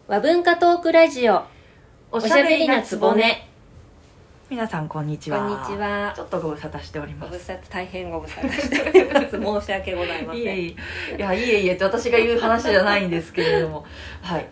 和文化トークラジオおしゃべりなつぼね。 皆さんこんにちは。 こんにちは。 ちょっとご無沙汰しておりごます。 無沙汰、大変ご無沙汰しております。申し訳ございません。 いえいえって私が言う話じゃないんですけれどもはい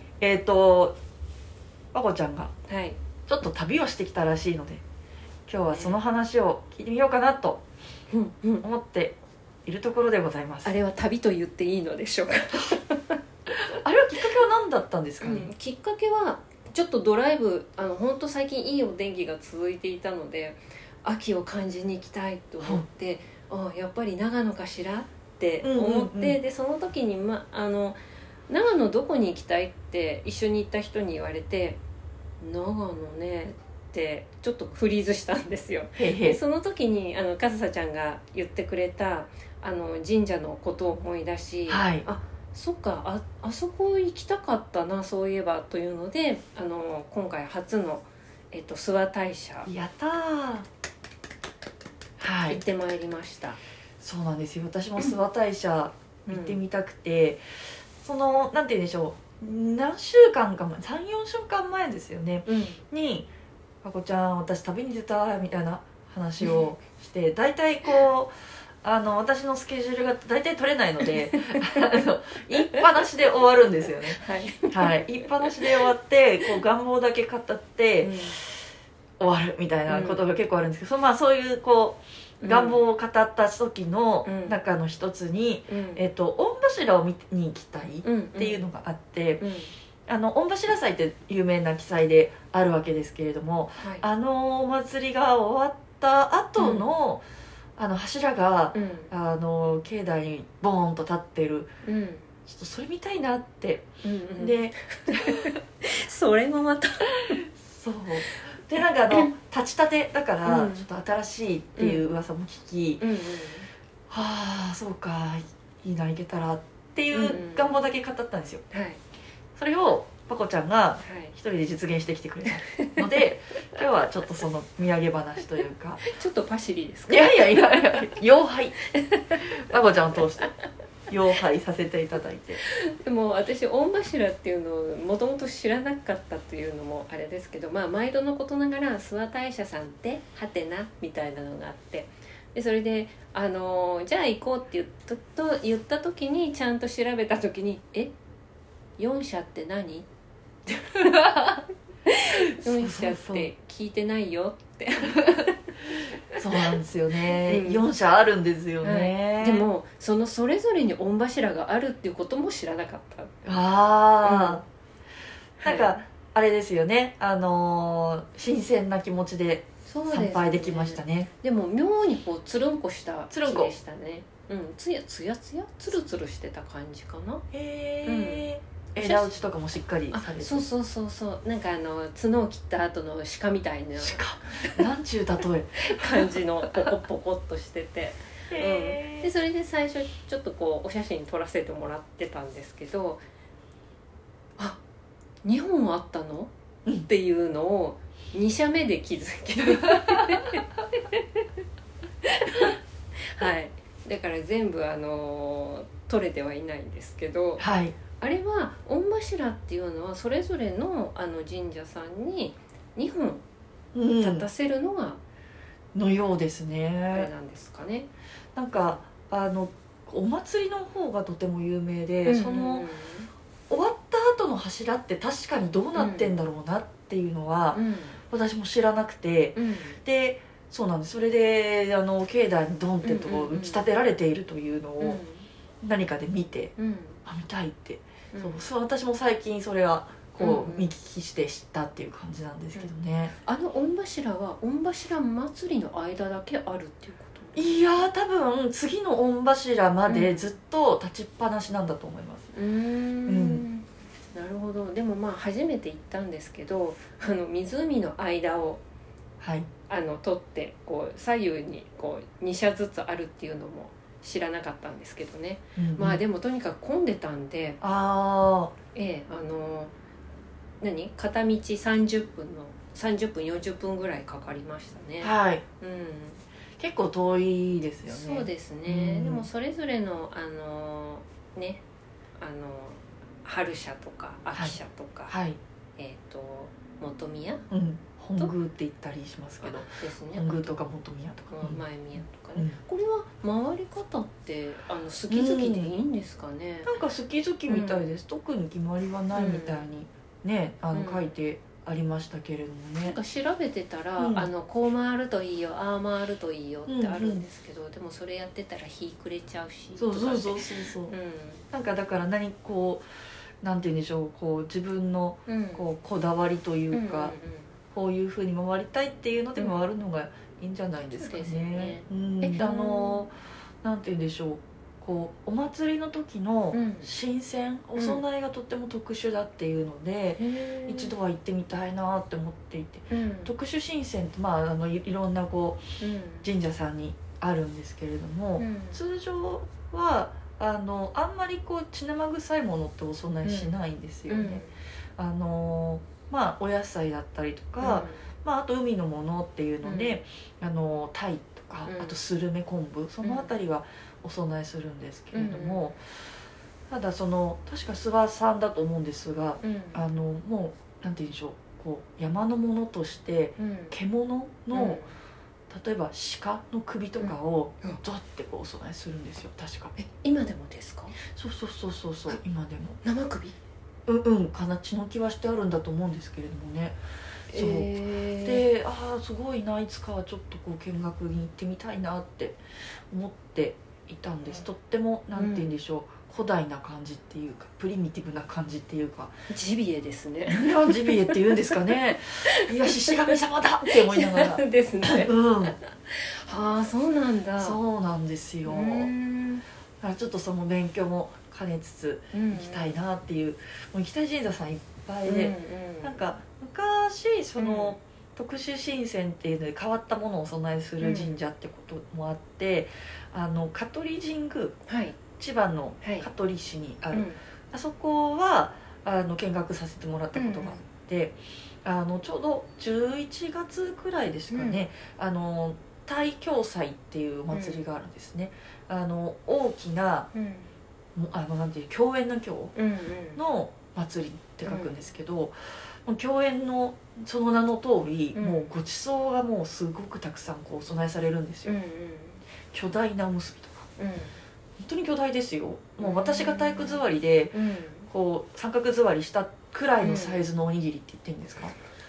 まこちゃんがはい、 ちょっと旅をしてきたらしいので、今日はその話を聞いてみようかなと思っているところでございます。 あれは旅と言っていいのでしょうか。 あれはきっかけは何だったんですかね。 きっかけはちょっとドライブ、本当最近いいお天気が続いていたので、秋を感じに行きたいと思って、やっぱり長野かしらって思って、でその時に、長野どこに行きたいって一緒に行った人に言われて、長野ねってちょっとフリーズしたんですよ。でその時にかずさちゃんが言ってくれた神社のことを思い出し、 はい、 そっか、あそこ行きたかったな、そういえばというので今回初の、諏訪大社やったー。はい、 行ってまいりました。 そうなんですよ。私も諏訪大社行ってみたくて、そのなんて言うんでしょう、何週間か前、3、4週間前ですよね、に「まこちゃん私旅に出た」みたいな話をして大体こう私のスケジュールが大体取れないので言いっぱなしで終わるんですよね。はい、言いっぱなしで終わってこう願望だけ語って、終わるみたいなことが結構あるんですけど、そういうこう願望を語った時の中の一つに、御柱を見に行きたいっていうのがあって、御柱祭って有名な記載であるわけですけれども、お祭りが終わった後の、柱が、境内にボーンと立ってる、ちょっとそれ見たいなって、でそれもまたそうでなんか立ちたてだからちょっと新しいっていう噂も聞き、はあそうかいいな行けたらっていう願望だけ語ったんですよ。それをパコちゃんが一人で実現してきてくれたので、今日はちょっとその土産話というかちょっとパシリですか。 いや妖拝パコちゃんを通して妖拝させていただいて。 でも私御柱っていうのをもともと知らなかったというのもあれですけど、毎度のことながら諏訪大社さんってはてなみたいなのがあって、でそれでじゃあ行こうって言った時にちゃんと調べた時に4社って何4社って聞いてないよってそうなんですよね、4社あるんですよね、 でもそれぞれに御柱があるっていうことも知らなかった。 なんかあれですよね、新鮮な気持ちで参拝できましたね。 でも妙にこうつるんこした木でしたね。つやつやつるつるしてた感じかな。 枝打ちとかもしっかりされて、 そうなんか角を切った後の鹿みたいななんちゅう例え感じのポコポコっとしててでそれで最初ちょっとこうお写真撮らせてもらってたんですけど、2本あったの、っていうのを2写目で気づきはいだから全部撮れてはいないんですけど、あれは御柱っていうのはそれぞれの神社さんに2本立たせるのが、 のようですね。 あれなんですかね。 なんかお祭りの方がとても有名で、その終わった後の柱って確かにどうなってんだろうなっていうのは、私も知らなくて、でそうなんです。それで境内にドンってとこ打ち立てられているというのを何かで見て、見たいって、そう私も最近それはこう見聞きして知ったっていう感じなんですけどね。 御柱は御柱祭りの間だけあるっていうこと？ いや多分次の御柱までずっと立ちっぱなしなんだと思います。 なるほど。でも初めて行ったんですけど、湖の間を取ってこう左右にこう2社ずつあるっていうのも知らなかったんですけどね、でもとにかく混んでたんで、片道30分40分ぐらいかかりましたね。結構遠いですよね。 そうですね、でもそれぞれの春社とか秋社とか、 はい、 本宮、 本宮って言ったりしますけどですね、 本宮とか本宮とか、 前宮とかね、これは回り方って好き好きでいいんですかね。 なんか好き好きみたいです、特に決まりはないみたいにね、書いてありましたけれどもね。 なんか調べてたら、こう回るといいよ、ああ回るといいよってあるんですけど、でもそれやってたら日暮れちゃうし、 そう、なんかだからなんて言うんでしょう、こう自分のこだわりというか、こういうふうに回りたいっていうので回るのがいいんじゃないですかね。なんて言うんでしょう、こうお祭りの時の神仙、お供えがとっても特殊だっていうので、一度は行ってみたいなって思っていて、特殊神仙っていろんな神社さんにあるんですけれども、通常はあんまり血生臭いものってお供えしないんですよね。お野菜だったりとか、あと海のものっていうので、鯛とか、あとスルメ昆布、そのあたりはお供えするんですけれども、ただ確か諏訪さんだと思うんですが、もうなんて言うんでしょう、山のものとして獣の、例えば鹿の首とかをドッてお供えするんですよ、確か。 今でもですか？ そう今でも生首かな、血の気はしてあるんだと思うんですけれどもね。そうですごいな、いつかはちょっと見学に行ってみたいなって思っていたんです。とってもなんて言うんでしょう、古代な感じっていうか、プリミティブな感じっていうか、 ジビエですね。 いや、ジビエって言うんですかね。いや、獅子神様だって思いながらですね。そうなんだ。 そうなんですよ。だからちょっとその勉強も兼ねつつ行きたいなっていう、もう行きたい神社さんいっぱいで、なんか昔特殊神仙っていうので変わったものをお供えする神社ってこともあって、香取神宮、千葉の香取市にある、あそこは見学させてもらったことがあって、ちょうど11月くらいですかね、大饗祭っていうお祭りがあるんですね。大きな、なんていう共演の饗の祭りって書くんですけど、共演のその名の通り、もうごちそうがもうすごくたくさんお供えされるんですよ。巨大なおむすびとか、本当に巨大ですよ。もう私が体育座りで三角座りしたくらいのサイズのおにぎりって言っていいんですか？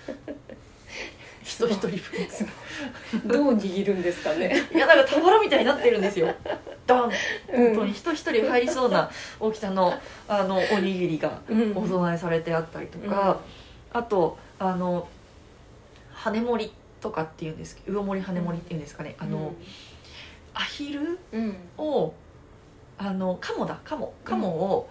人一人分どう握るんですかね。 いや、なんか俵みたいになってるんですよ。ドン、本当に人一人入りそうな大きさのおにぎりがお供えされてあったりとか、あと羽盛りとかっていうんですけど、魚盛り羽盛りっていうんですかね、アヒルをカモを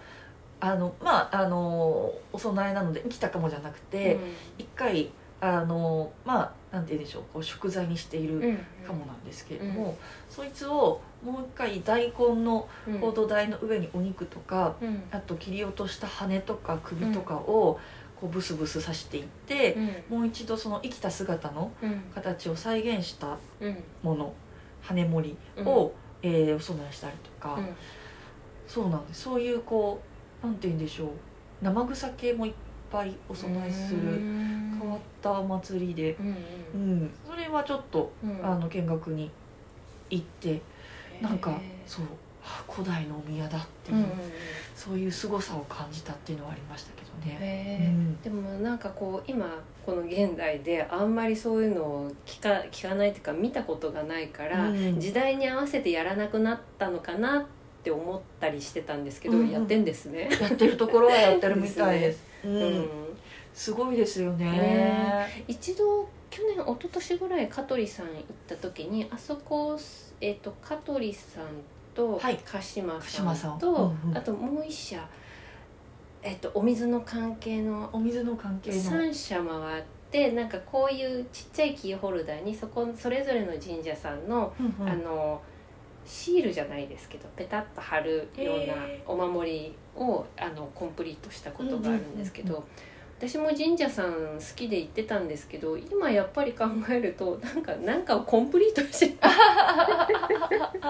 お供えなので生きたカモじゃなくて、一回なんて言うんでしょう、食材にしているカモなんですけれども、そいつをもう一回大根の土台の上にお肉とか、あと切り落とした羽とか首とかをブスブス刺していって、もう一度その生きた姿の形を再現したもの、羽盛りを、お供えしたりとか、そうなんです。そういうなんて言うんでしょう、生臭系もいっぱいお供えする変わったお祭りで、それはちょっと見学に行って、なんかそう、古代のお宮だっていう、そういう凄さを感じたっていうのはありましたけどね。 でもなんか今この現代であんまりそういうのを聞かないというか見たことがないから、時代に合わせてやらなくなったのかなって思ったりしてたんですけど、やってんですね。 やってるところはやってるみたいです。すごいですよね。 一度去年一昨年ぐらい香取さん行った時に、あそこ香取さんと鹿島さんと、あともう一社お水の関係の3社回って、なんかこういうちっちゃいキーホルダーにそれぞれの神社さんの、シールじゃないですけどペタッと貼るようなお守りをコンプリートしたことがあるんですけど、私も神社さん好きで行ってたんですけど、今やっぱり考えるとなんかをコンプリートして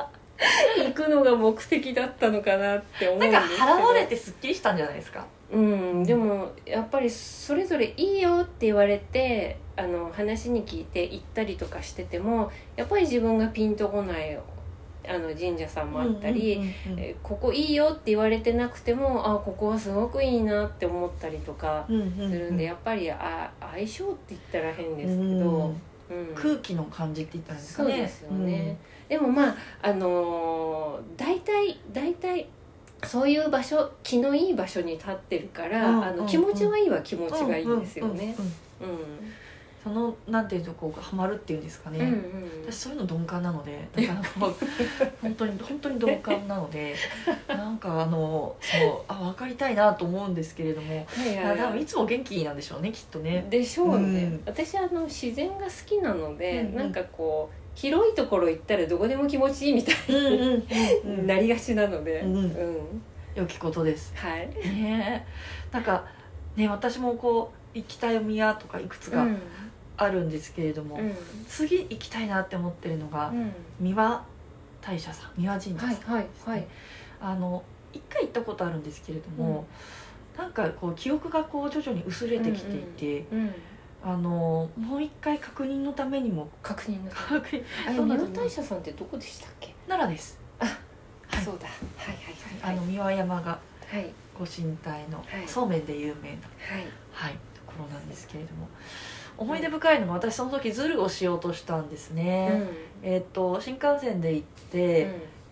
行くのが目的だったのかなって思うんですけど、 なんか払われてすっきりしたんじゃないですか。 でもやっぱりそれぞれいいよって言われて話に聞いて行ったりとかしててもやっぱり自分がピンとこない神社さんもあったり、ここいいよって言われてなくてもここはすごくいいなって思ったりとかするんで、やっぱり相性って言ったら変ですけど、 空気の感じって言ったらいいんですかね。 そうですよね、でもまあ大体そういう場所、気のいい場所に立ってるから、気持ちはいいは気持ちがいいんですよね。 そのなんていうとこうハマるっていうんですかね、私そういうの鈍感なので、だから本当に鈍感なのでなんか分かりたいなと思うんですけれども、多分いつも元気なんでしょうね、きっとね。 でしょうね、私自然が好きなので、なんかこう広いところ行ったらどこでも気持ちいいみたいになりがちなので、 良きことです。 はいね、なんかね、私もこう行きたいお宮とかいくつかあるんですけれども、次行きたいなって思ってるのが、三輪大社さん、三輪神社さんですね。一回行ったことあるんですけれども、なんかこう記憶がこう徐々に薄れてきていて、もう一回確認のためにも三輪大社さんってどこでしたっけ？ 奈良です。 そうだ、 三輪山がご神体のそうめんで有名なところなんですけれども、思い出深いのが、私その時ズルをしようとしたんですね。新幹線で行って、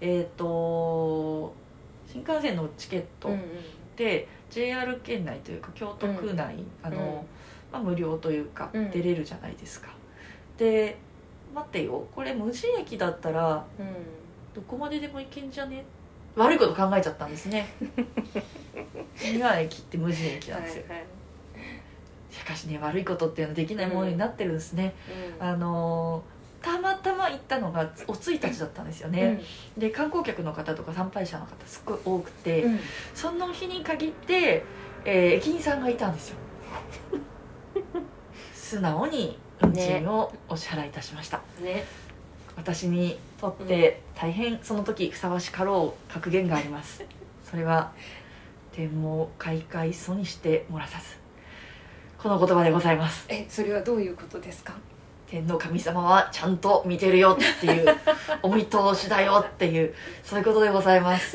新幹線のチケットで JR 圏内というか京都区内無料というか出れるじゃないですか。で、待ってよ、これ無人駅だったらどこまででも行けんじゃね、悪いこと考えちゃったんですね。三輪駅って無人駅なんですよ。しかしね、悪いことっていうのはできないものになってるんですね。たまたま行ったのがお1日だったんですよね。で、観光客の方とか参拝者の方すっごい多くて、その日に限って、駅員さんがいたんですよ。素直に運賃をお支払いいたしました。私にとって大変その時ふさわしかろう格言があります。それは天網開会疎にして漏らさず、この言葉でございます。 それはどういうことですか？ 天の神様はちゃんと見てるよっていうお見通しだよっていう、そういうことでございます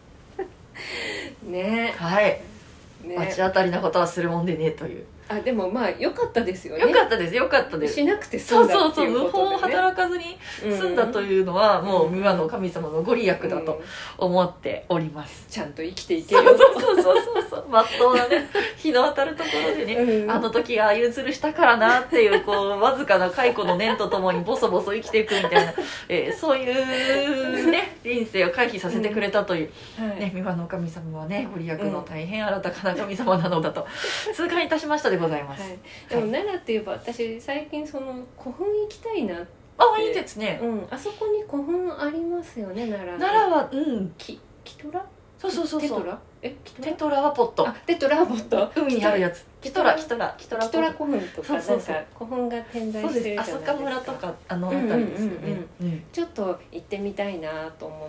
ね。 罰当たりなことはするもんでねという。 でもまあ良かったですよね。 良かったです。 しなくて済んだっていうことでね。 無法を働かずに済んだというのは、もう三輪の神様のご利益だと思っております。 ちゃんと生きていける。 まっとうなね、日の当たるところでね、あの時ああいうズルしたからなっていうこうわずかな解雇の念とともにボソボソ生きていくみたいな、そういうね人生を回避させてくれたという、三輪の神様はね、ご利益の大変新たかな神様なのだと痛感いたしましたでございます。 でも奈良って言えば私最近その古墳行きたいなって。 いいですね。 あそこに古墳ありますよね、奈良は。 キトラ？ そうテトラ？ テトラはポット。 テトラはポット。 海にあるやつ。キトラ古墳とか、なんか古墳が点在してるじゃないですか。 飛鳥村とか辺りですよね。 ちょっと行ってみたいなと思って。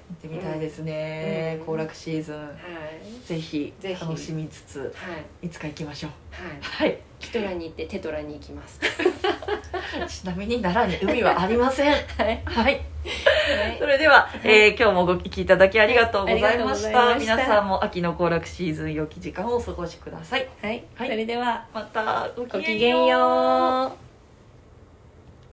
行ってみたいですね。行楽シーズン。ぜひ楽しみつつ、いつか行きましょう。 キトラに行ってテトラに行きます。 ちなみに奈良に海はありません。それでは、今日もご聞きいただきありがとうございました。皆さんも秋の行楽シーズン良き時間をお過ごしください。 それではまたごきげんよう。